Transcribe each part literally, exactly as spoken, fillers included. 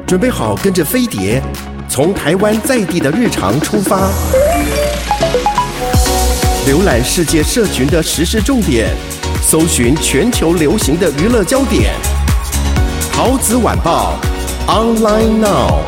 准备好跟着飞碟，从台湾在地的日常出发，浏览世界社群的时事重点，搜寻全球流行的娱乐焦点。桃子晚报 Online Now。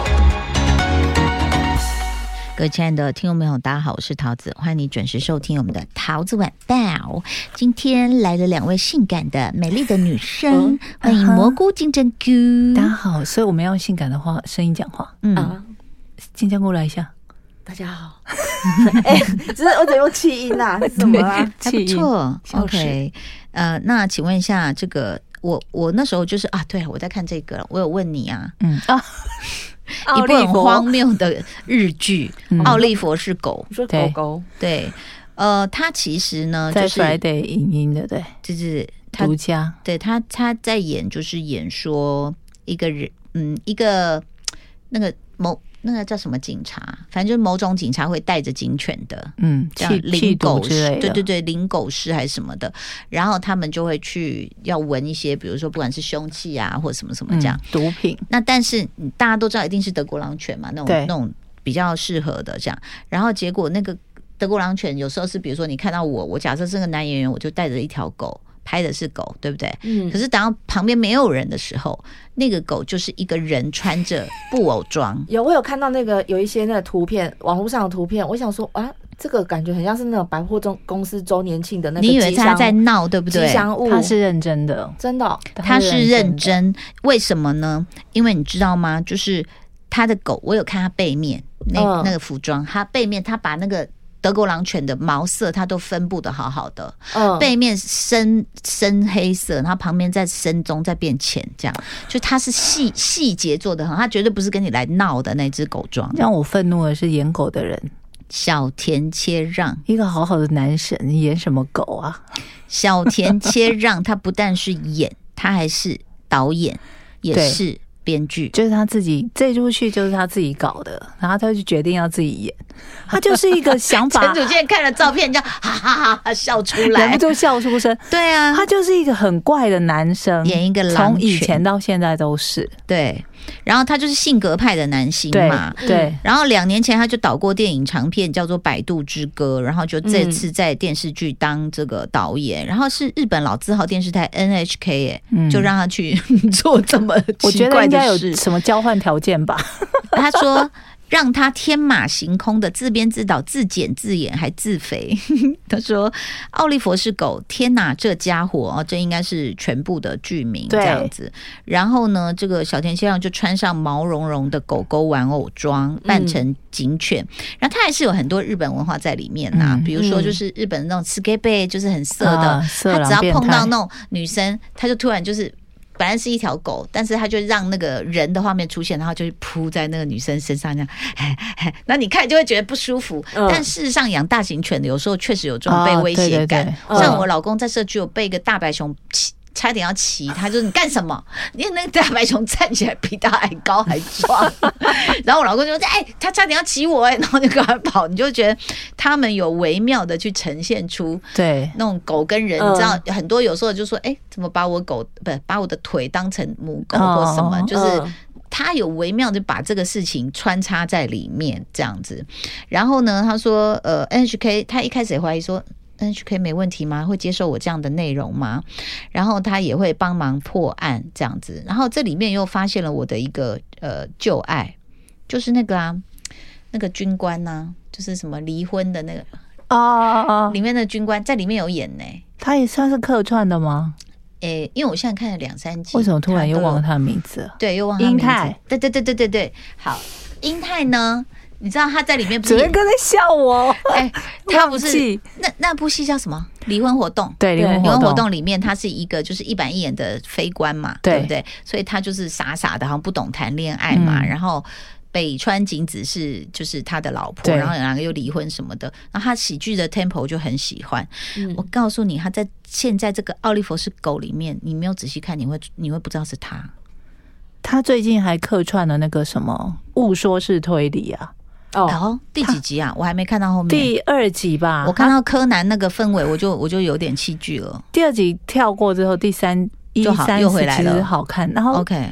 各位亲爱的听众朋友，大家好，我是桃子，欢迎你准时收听我们的桃子晚报。今天来了两位性感的、美丽的女生，嗯、欢迎蘑菇、金针菇。 大家好，所以我们要用性感的话声音讲话。嗯，啊、金针菇来一下。 大家好，哎、欸，只是我得用气音啦，是什么啊？ 还不错。OK， 呃，那请问一下，这个我我那时候就是啊，对，我在看这个，我有问你啊，嗯啊。一部很荒谬的日剧《奥利佛是狗》， 说狗狗对，呃，他其实呢， 在就是 Friday 影音的，对， 就是他独家， 对他他在演，就是演说一个人，嗯，一个那个某那个叫什么警察，反正就是某种警察会带着警犬的， 嗯， 像领狗师，对对对，领狗师还是什么的，然后他们就会去要闻一些，比如说不管是凶器啊，或什么什么这样、 嗯、毒品。 那但是大家都知道，一定是德国狼犬嘛，那种那种比较适合的这样。然后结果那个德国狼犬有时候是，比如说你看到我，我假设是个男演员，我就带着一条狗。拍的是狗，对不对？嗯。可是当旁边没有人的时候，那个狗就是一个人穿着布偶装。 有，我有看到那个有一些那个图片，网络上的图片，我想说啊，这个感觉很像是那种百货中公司周年庆的那个吉祥。 你以为他在闹，对不对？ 吉祥物， 他是认真的， 真的、哦， 他是认真。为什么呢？因为你知道吗？就是他的狗，我有看他背面那、嗯、那个服装，他背面他把那个。德国狼犬的毛色它都分布的好好的，嗯、背面深深黑色，然后旁边在深棕再变浅，这样就它是细细节做的很好，它绝对不是跟你来闹的那只狗装。 让我愤怒的是演狗的人， 小田切让， 一个好好的男神，演什么狗啊？ 小田切让他不但是演，他还是导演，也是。编剧就是他自己，这出戏就是他自己搞的，然后他就决定要自己演，他就是一个想法。 陈主见看了照片，就哈哈哈哈笑出来， 忍不住笑出声。对啊，他就是一个很怪的男生， 演一个狼犬， 从以前到现在都是对。然后他就是性格派的男星嘛， 对。对然后两年前他就导过电影长片叫做《百度之歌》，然后就这次在电视剧当这个导演，嗯、然后是日本老字号电视台 N H K 哎、嗯，就让他去做这么奇怪的事。 我觉得应该有什么交换条件吧？ 他说。让他天马行空的自编自导自剪自演还自肥。他说奥利佛是狗，天哪这家伙、哦、这应该是全部的剧名这样子。然后呢这个小田切让就穿上毛茸茸的狗狗玩偶装扮成警犬、嗯、然后他还是有很多日本文化在里面啦、嗯、比如说就是日本那种 S K B 就是很色的、啊、他只要碰到那种女生他就突然就是本来是一条狗，但是他就让那个人的画面出现，然后就扑在那个女生身上，这样，那你看就会觉得不舒服。嗯、但事实上，养大型犬的有时候确实有这种被威胁感。哦、对对对像我老公在社区有被一个大白熊差点要骑，他就说你干什么？因为那个大白熊站起来比他还高还壮，然后我老公就说：“哎、欸，他差点要骑我哎、欸！”然后就赶快跑。你就觉得他们有微妙的去呈现出对那种狗跟人，嗯、你知道很多有时候就说：“哎、欸，怎么把我狗不把我的腿当成母狗或什么？”哦、就是他有微妙的把这个事情穿插在里面这样子。然后呢，他说：“呃 ，N H K 他一开始也怀疑说。N H K 没问题吗？会接受我这样的内容吗？然后他也会帮忙破案这样子。然后这里面又发现了我的一个呃旧爱，就是那个啊，那个军官呐、啊，就是什么离婚的那个哦，里面的军官在里面有演呢、欸。 他也算是客串的吗？ 诶、欸，因为我现在看了两三集， 为什么突然又忘了他的名字？ 对，又忘了他的名字。英泰，对对对对对对，好，英泰呢？你知道他在里面不是？ 主任哥在笑我。哎、欸， 他不是那那部戏叫什么？离婚活动。 对，离婚活动。离婚活动里面，他是一个就是一板一眼的非官嘛， 对, 对不对？所以他就是傻傻的，好像不懂谈恋爱嘛。嗯、然后北川景子是就是他的老婆，然后两个又离婚什么的。然后他喜剧的 tempo 就很喜欢。嗯、我告诉你，他在现在这个奥利佛是狗里面，你没有仔细看，你会你会不知道是他。 他最近还客串了那个什么误说是推理啊。 哦，第几集啊？我还没看到后面。 第二集吧。 我看到柯南那个氛围，我就我就有点弃剧了。 第二集跳过之后，第三一三又回来了，其实好看。然后 OK，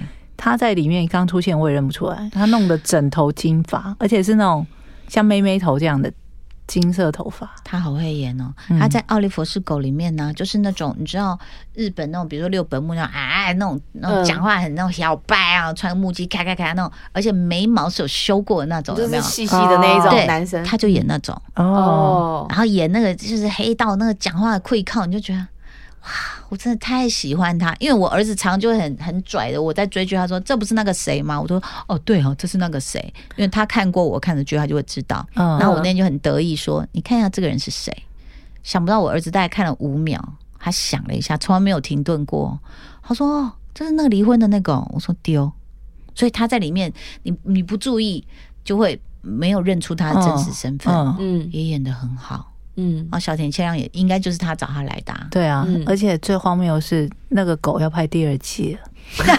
他在里面刚出现我也认不出来，他弄的整头金发，而且是那种像妹妹头这样的金色头发。 他好会演哦！ 嗯他在《奥利佛是狗》里面呢，就是那种你知道日本那种，比如说六本木那种啊，那种那种讲话很那种小白啊，穿木屐咔咔咔那种，而且眉毛是有修过的那种，有没有？ 就是细细的那一种对男生， 他就演那种哦， 哦， 然后演那个就是黑道那个讲话的溃靠，你就觉得哇，我真的太喜欢他。因为我儿子常就会很很拽的，我在追剧，他说这不是那个谁吗？我说哦对哦，这是那个谁，因为他看过我看的剧，他就会知道。 嗯然后我那天就很得意说，你看一下这个人是谁。想不到我儿子大概看了五秒，他想了一下，从来没有停顿过。他说哦，这是那个离婚的那个哦。我说丢，所以他在里面，你你不注意就会没有认出他的真实身份， 嗯嗯也演得很好。 嗯然后小田切让也应该就是他找他来的、啊。 对啊， 嗯而且最荒谬的是那个狗要拍第二季了。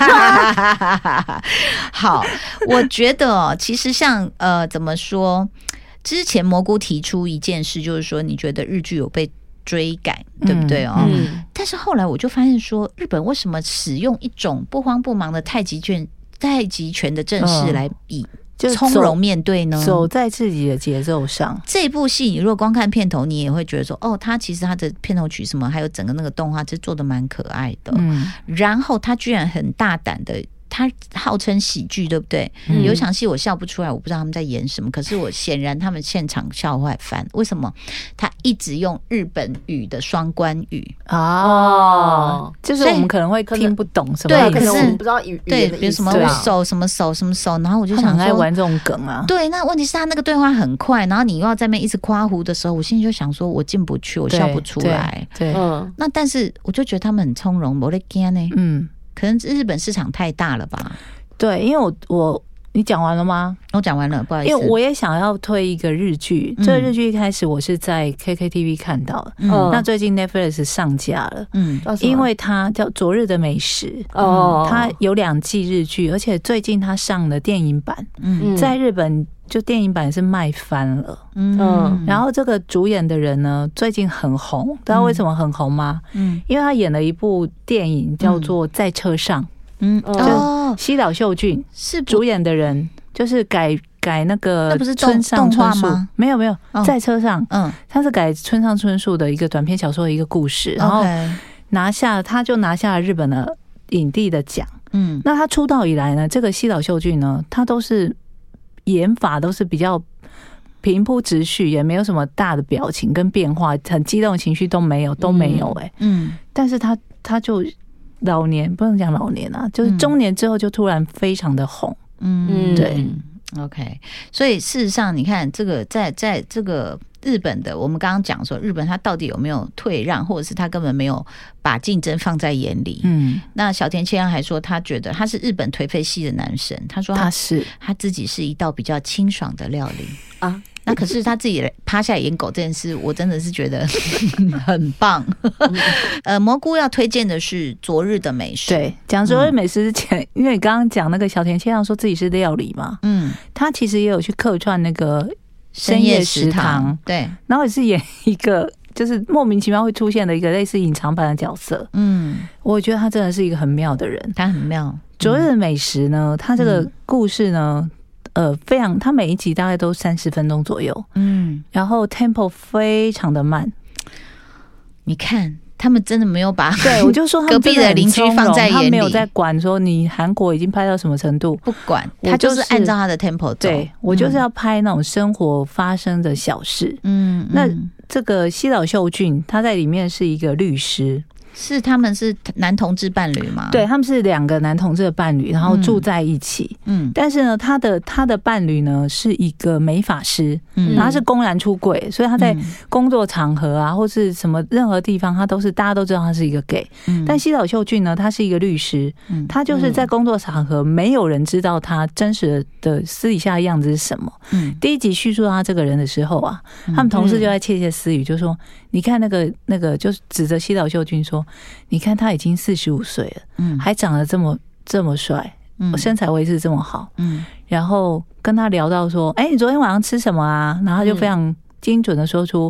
好，我觉得哦，其实像呃，怎么说？之前蘑菇提出一件事，就是说你觉得日剧有被追赶，对不对哦？ 嗯但是后来我就发现说，日本为什么使用一种不慌不忙的太极拳、太极拳的阵势来以就从容面对呢？ 走在自己的节奏上。 这部戏，你如果光看片头，你也会觉得说，哦，它其实它的片头曲什么，还有整个那个动画，是做的蛮可爱的。 嗯， 然后他居然很大胆的，他号称喜剧，对不对？ 嗯有一场戏我笑不出来，我不知道他们在演什么，可是我显然他们现场笑坏翻。为什么？他一直用日本语的双关语， 哦，就是我们可能会可能听不懂什么对意思， 可能我可是们不知道语语对， 言的意思比如什么对啊手什么手什么手，然后我就他们很爱想说。 玩这种梗啊。 对，那问题是他那个对话很快，然后你又要在那边一直夸胡的时候，我心里就想说，我进不去，我对， 笑不出来。 对，对嗯， 那但是我就觉得他们很从容，没得惊呢。 嗯， 可能日本市场太大了吧？ 对，因为我我你讲完了吗？ 我讲完了，不好意思。 因为我也想要推一个日剧， 嗯这个日剧一开始我是在 K K T V 看到的， 嗯嗯那最近 Netflix 上架了， 嗯叫什么因为它叫《昨日的美食》， 哦， 它有两季日剧，而且最近它上了电影版， 嗯嗯在日本就电影版是卖翻了。 嗯然后这个主演的人呢，最近很红，知道为什么很红吗？ 嗯因为他演了一部电影叫做《在车上》， 嗯哦， 西岛秀俊是不主演的人，就是改改那个那不是动村上春树动画吗？ 没有没有哦， 在车上， 嗯， 他是改村上春树的一个短篇小说的一个故事，然后 OK 拿下他就拿下了日本的影帝的奖。 嗯那他出道以来呢，这个西岛秀俊呢，他都是演法都是比较平铺直叙，也没有什么大的表情跟变化，很激动的情绪都没有，都没有哎、欸嗯但是他他就老年不能讲老年啊，就是中年之后就突然非常的红。 嗯， 对。 OK，所以事实上，你看这个在在这个日本的，我们刚刚讲说，日本他到底有没有退让，或者是他根本没有把竞争放在眼里？ 嗯， 那小田切让还说，他觉得他是日本颓废系的男神，他说他他是他自己是一道比较清爽的料理。 啊， 那可是他自己趴下来演狗这件事，我真的是觉得很棒。呃，蘑菇要推荐的是《昨日的美食》。 对。讲昨日美食之前，因为你刚刚讲那个小田切让说自己是料理嘛， 嗯， 他其实也有去客串那个深夜食堂，对， 然后也是演一个就是莫名其妙会出现的一个类似隐藏版的角色。 嗯， 我觉得他真的是一个很妙的人。 他很妙。 昨日的美食呢，他这个故事呢，呃，非常，他每一集大概都三十分钟左右， 嗯， 然后 tempo 非常的慢。 你看他们真的没有把对，我就说他们隔壁的邻居放在眼里他没有在管说你韩国已经拍到什么程度。 不管， 我他就就是是按照他的 tempo 走。 对，我就是要拍那种生活发生的小事。 嗯，嗯， 那嗯这个西岛秀俊他在里面是一个律师， 是他们是男同志伴侣吗？ 对，，他们是两个男同志的伴侣，然后住在一起。 嗯但是呢，他的他的伴侣呢是一个美发师， 嗯然后他是公然出柜，所以他在嗯工作场合啊，或是什么任何地方，他都是大家都知道他是一个 gay。 嗯但西岛秀俊呢，他是一个律师， 嗯他就是在工作场合没有人知道他真实的私底下的样子是什么。 嗯第一集叙述到他这个人的时候啊，他们同事就在窃窃私语，就说：“你看那个那个，就是指着西岛秀俊说，你看他已经四十五岁了， 嗯还长得这么这么帅， 嗯身材维持这么好。” 嗯然后跟他聊到说：“哎、你昨天晚上吃什么啊？”然后他就非常精准的说出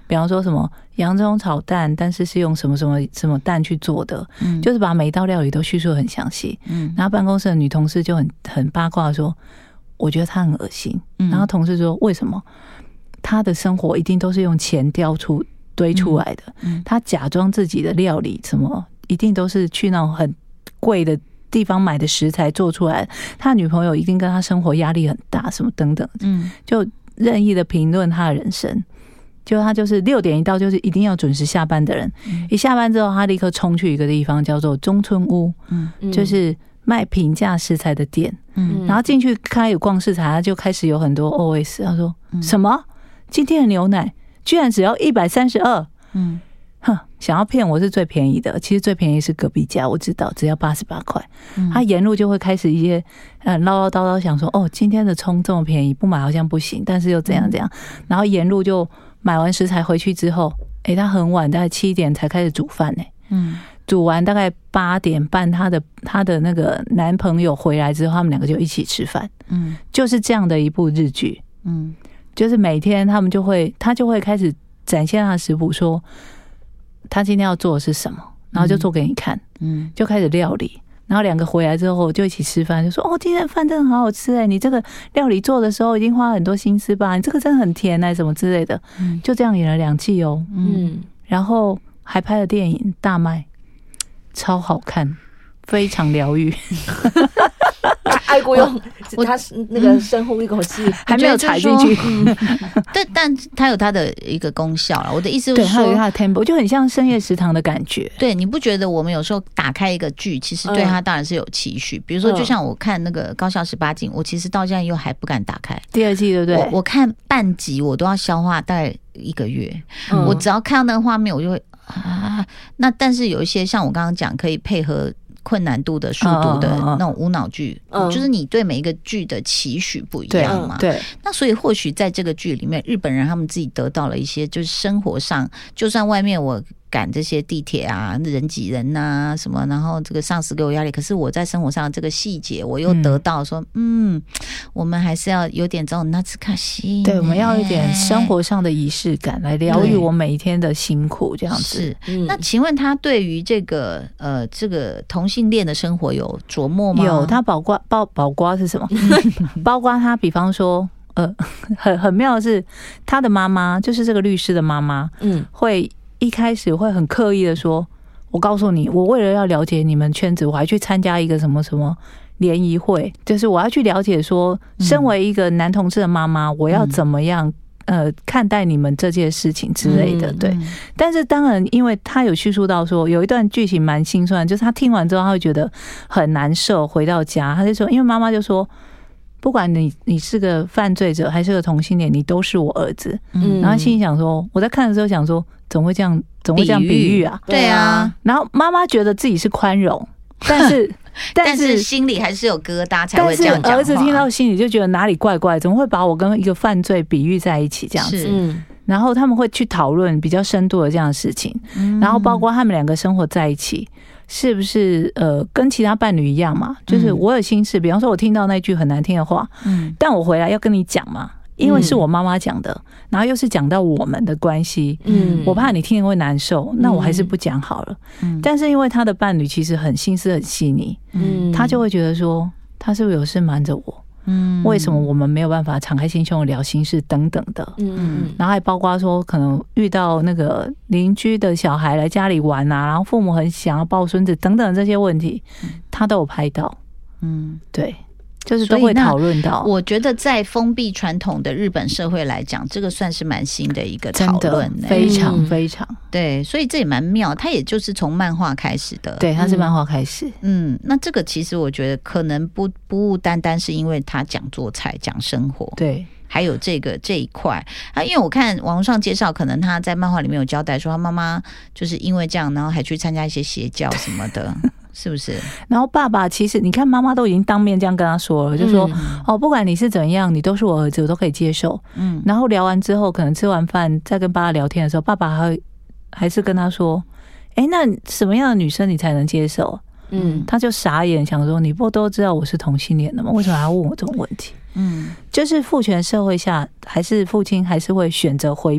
比方说什么洋葱炒蛋，但是是用什么什么什么蛋去做的，嗯，就是把每一道料理都叙述得很详细。嗯，然后办公室的女同事就很很八卦说，我觉得她很恶心。嗯，然后同事说为什么？她的生活一定都是用钱雕出堆出来的，嗯，她假装自己的料理什么一定都是去那种很贵的地方买的食材做出来，他女朋友一定跟他生活压力很大，什么等等，嗯，就任意的评论他的人生。就他就是六点一到，就是一定要准时下班的人。嗯、一下班之后，他立刻冲去一个地方叫做中村屋，嗯，就是卖平价食材的店。嗯，然后进去开始逛市场，他就开始有很多 O S， 他说、嗯、什么？今天的牛奶居然只要一百三十二，嗯。哼，想要骗我是最便宜的，其实最便宜是隔壁家，我知道，只要八十八块。他沿路就会开始一些呃唠唠叨叨，想说哦，今天的葱这么便宜，不买好像不行，但是又怎样怎样。然后沿路就买完食材回去之后，哎、欸，他很晚，大概七点才开始煮饭呢、欸。嗯，煮完大概八点半，他的他的那个男朋友回来之后，他们两个就一起吃饭。嗯，就是这样的一部日剧。嗯，就是每天他们就会，他就会开始展现他的食谱说。他今天要做的是什么，然后就做给你看，嗯，就开始料理，然后两个回来之后就一起吃饭，就说哦，今天的饭真的好好吃哎，你这个料理做的时候已经花了很多心思吧，你这个真的很甜哎，什么之类的，嗯，就这样演了两季哦，嗯，然后还拍了电影大卖，超好看，非常疗愈。 爱国用他那个深呼一口气， 还没有踩进去。 嗯，但但它有它的一个功效了。我的意思是说， 对，它有它的 tempo， 就很像深夜食堂的感觉。 对，你不觉得我们有时候打开一个剧，其实对它当然是有期许。嗯、比如说，就像我看那个《高校十八禁》，我其实到现在又还不敢打开第二季，对不对？ 我, 我看半集，我都要消化大概一个月。嗯、我只要看到那个画面，我就会啊。那但是有一些像我刚刚讲，可以配合。困难度的速度的那种无脑剧，嗯、就是你对每一个剧的期许不一样嘛。 对， 那所以或许在这个剧里面，日本人他们自己得到了一些，就是生活上，就算外面我赶这些地铁啊，人挤人啊什么，然后这个上司给我压力，可是我在生活上这个细节，我又得到说，嗯，嗯我们还是要有点这种那兹卡西， 对，我们要一点生活上的仪式感来疗愈我每一天的辛苦，这样子。 是，嗯、那请问他对于这个呃这个同性恋的生活有琢磨吗？ 有，他包括包包括是什么？包括他，比方说，呃，很很妙的是，他的妈妈就是这个律师的妈妈，嗯，会。一开始会很刻意的说，我告诉你，我为了要了解你们圈子，我还去参加一个什么什么联谊会，就是我要去了解说，身为一个男同志的妈妈，我要怎么样呃看待你们这件事情之类的，对。但是当然，因为他有叙述到说，有一段剧情蛮心酸，就是他听完之后，他会觉得很难受。回到家，他就说，因为妈妈就说。不管你你是个犯罪者还是个同性恋，你都是我儿子。嗯，然后心里想说，我在看的时候想说，怎么会这样？怎么会这样比喻啊？ 对啊。 然后妈妈觉得自己是宽容，但是但是心里还是有疙瘩，才会这样讲话。 但是儿子听到心里就觉得哪里怪怪，怎么会把我跟一个犯罪比喻在一起这样子？嗯。然后他们会去讨论比较深度的这样的事情，嗯、然后包括他们两个生活在一起。是不是呃跟其他伴侣一样嘛？就是我有心事，比方说我听到那句很难听的话，嗯，但我回来要跟你讲嘛，因为是我妈妈讲的，然后又是讲到我们的关系，嗯，我怕你听了会难受，那我还是不讲好了。嗯，但是因为他的伴侣其实很心思很细腻，嗯，他就会觉得说他是不是有事瞒着我？嗯，为什么我们没有办法敞开心胸聊心事等等的？嗯，然后还包括说可能遇到那个邻居的小孩来家里玩啊，然后父母很想要抱孙子等等这些问题，他都有拍到。嗯，对。就是都会讨论到。 我觉得在封闭传统的日本社会来讲，这个算是蛮新的一个讨论、欸， 非常非常、嗯、 对，所以这也蛮妙。它也就是从漫画开始的， 对，它是漫画开始。 嗯，那这个其实我觉得可能不不单单是因为他讲做菜、讲生活， 对。 还有这个这一块啊，因为我看网络上介绍，可能他在漫画里面有交代说，他妈妈就是因为这样，然后还去参加一些邪教什么的。是不是？ 然后爸爸其实你看，妈妈都已经当面这样跟他说了，就说、嗯、哦，不管你是怎样，你都是我儿子，我都可以接受。嗯，然后聊完之后，可能吃完饭再跟爸爸聊天的时候，爸爸还会还是跟他说：“哎，那什么样的女生你才能接受？”嗯，他就傻眼，想说：“你不都知道我是同性恋的吗？为什么还要问我这种问题？”嗯，就是父权社会下，还是父亲还是会选择回避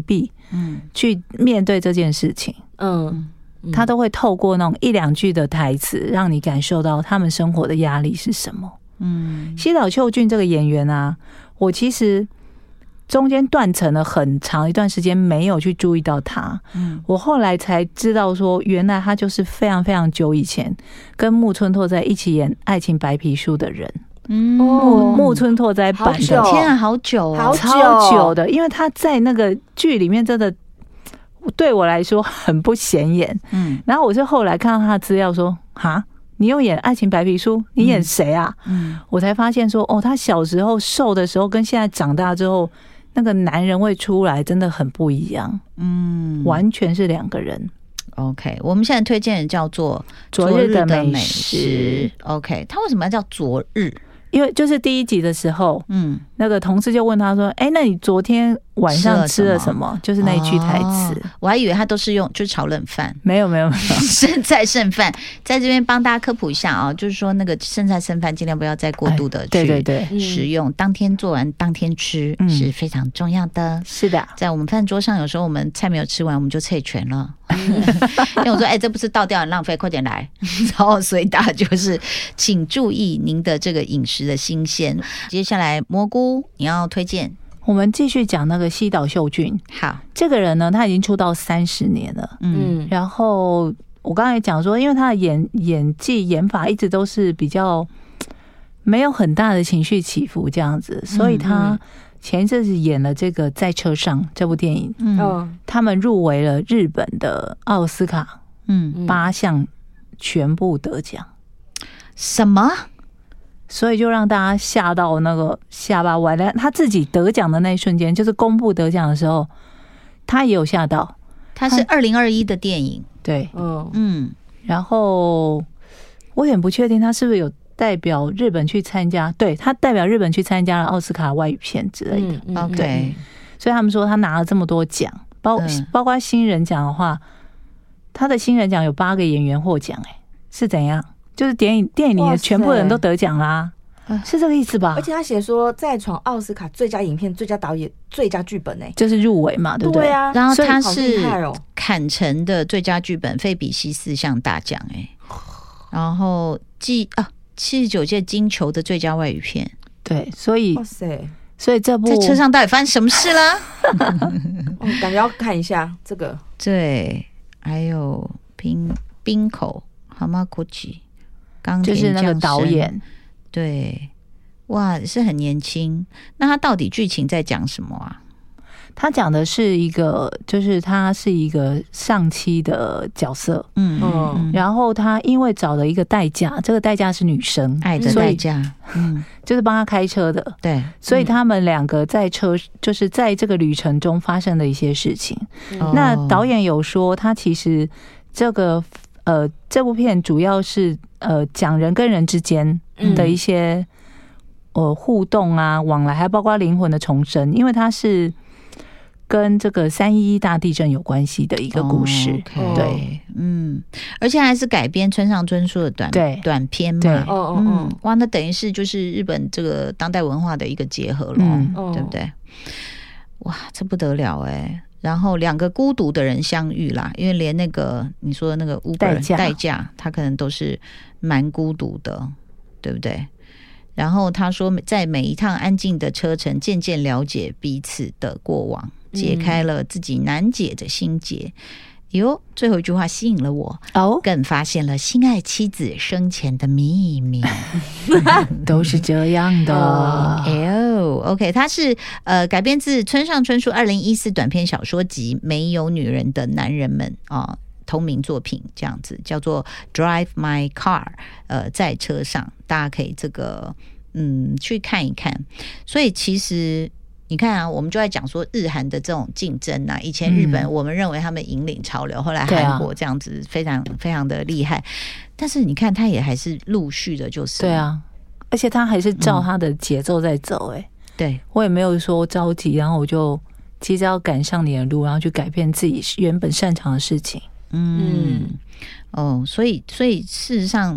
嗯，去面对这件事情，嗯，他都会透过那种一两句的台词，让你感受到他们生活的压力是什么。嗯，西岛秀俊这个演员啊，我其实中间断层了很长一段时间没有去注意到他，嗯，我后来才知道说，原来他就是非常非常久以前跟木村拓哉一起演《爱情白皮书》的人。嗯，木木村拓哉版的， 天啊，好久、哦， 好超久的，因为他在那个剧里面真的对我来说很不显眼。嗯，然后我是后来看到他的资料说，哈，你又演《爱情白皮书》，你演谁啊？嗯，我才发现说，哦，他小时候瘦的时候跟现在长大之后，那个男人味出来真的很不一样。嗯，完全是两个人。 OK， 我们现在推荐的叫做《昨日的美食》。OK， 他为什么要叫昨日？ 因为就是第一集的时候，嗯，那个同事就问他说：“哎、欸，那你昨天晚上吃了什么？”就是那一句台词、哦， 我还以为他都是用就是炒冷饭， 没有没有没有剩菜剩饭，在这边帮大家科普一下啊、哦，就是说那个剩菜剩饭尽量不要再过度的去对对对食用，当天做完当天吃是非常重要的。 是的， 在我们饭桌上，有时候我们菜没有吃完，我们就退全了。因为我说，哎、欸，这不是倒掉很浪费，快点来。然后所以大家就是请注意您的这个饮食的新鲜。接下来蘑菇你要推荐， 我们继续讲那个西岛秀俊。 好， 这个人呢，他已经出道三十年了。嗯，然后我刚才讲说，因为他的演演技演法一直都是比较没有很大的情绪起伏这样子，所以他前一阵子演了这个《在车上》这部电影，嗯，他们入围了日本的奥斯卡，嗯，八项全部得奖。 什么？ 所以就让大家吓到那个下巴歪了。他自己得奖的那一瞬间，就是公布得奖的时候，他也有吓到。 他是二零二一的电影， 对，嗯嗯。然后我有点不确定，他是不是有代表日本去参加？对，他代表日本去参加了奥斯卡外语片之类的。 嗯、OK， 所以他们说他拿了这么多奖，包、嗯、包括新人奖的话，他的新人奖有八个演员获奖，哎，是怎样？就是电影电影里的全部人都得奖啦，是这个意思吧？ 而且他写说再闯奥斯卡最佳影片、最佳导演、最佳剧本，哎， 就是入围嘛，对不对？ 对啊。 然后他是坎城的最佳剧本、费比西四项大奖，哎，然后记啊七十九届金球的最佳外语片， 对，所以哇塞， 所以这部在车上到底发生什么事了？ 哦，感觉要看一下这个。 对，还有冰冰口蛤蟆古吉。 就是那个导演， 对，哇，是很年轻。那他到底剧情在讲什么啊？ 他讲的是一个，就是他是一个上妻的角色，嗯嗯，然后他因为找了一个代驾，这个代驾是女生， 爱的代驾， 嗯，就是帮他开车的， 对， 所以他们两个在车，就是在这个旅程中发生的一些事情。嗯、那导演有说，他其实这个。呃，这部片主要是呃讲人跟人之间的一些、嗯、呃互动啊、往来，还包括灵魂的重生，因为它是跟这个三一一大地震有关系的一个故事。哦 okay、对， 嗯，而且还是改编村上春树的短短篇嘛。 对， 哦哦哦，哇，那等于是就是日本这个当代文化的一个结合了，嗯、对不对？哇，这不得了哎、欸！然后两个孤独的人相遇啦，因为连那个你说的那个 Uber 代驾，代驾他可能都是蛮孤独的，对不对？然后他说，在每一趟安静的车程，渐渐了解彼此的过往，解开了自己难解的心结。哟，最后一句话吸引了我哦，更发现了心爱妻子生前的秘密， 都是这样的。 哦 ，OK， 它是呃改编自村上春树二零一四短篇小说集《没有女人的男人们》啊、呃，同名作品，这样子叫做 Drive My Car， 呃，在车上，大家可以这个嗯去看一看。所以其实。你看啊，我们就在讲说日韩的这种竞争啊，以前日本我们认为他们引领潮流，嗯、后来韩国这样子非常非常的厉害，但是你看他也还是陆续的，就是对啊，而且他还是照他的节奏在走、欸，哎、嗯， 对我也没有说着急，然后我就急着要赶上你的路，然后去改变自己原本擅长的事情， 嗯，哦，所以所以事实上。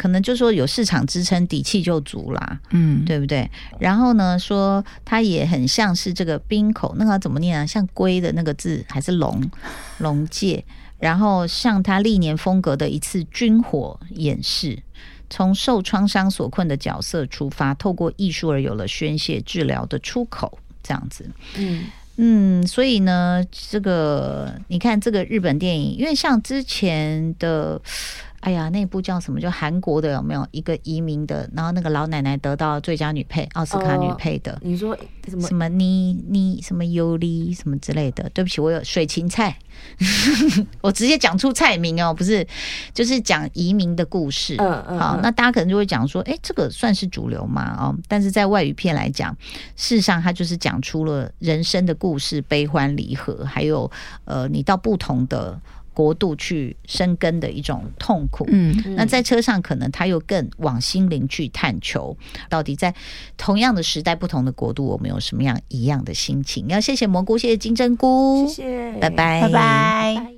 可能就说有市场支撑，底气就足啦， 嗯， 对不对？然后呢，说它也很像是这个冰口，那个怎么念啊？像龟的那个字还是龙龙界？然后像他历年风格的一次军火演示，从受创伤所困的角色出发，透过艺术而有了宣泄治疗的出口，这样子。嗯嗯，所以呢，这个你看这个日本电影，因为像之前的。哎呀，那部叫什么？就韩国的有没有一个移民的？然后那个老奶奶得到最佳女配奥斯卡女配的。 哦、你说什么？ 什么你你什么尤里什么之类的？对不起，我有水芹菜，我直接讲出菜名哦，不是，就是讲移民的故事。嗯嗯。好，那大家可能就会讲说，哎，这个算是主流吗？哦，但是在外语片来讲，事实上它就是讲出了人生的故事，悲欢离合，还有呃，你到不同的。国度去生根的一种痛苦，嗯，那在车上可能他又更往心灵去探求，到底在同样的时代、不同的国度，我们有什么样一样的心情？要谢谢蘑菇，谢谢金针菇， 谢谢， 拜拜， 拜拜。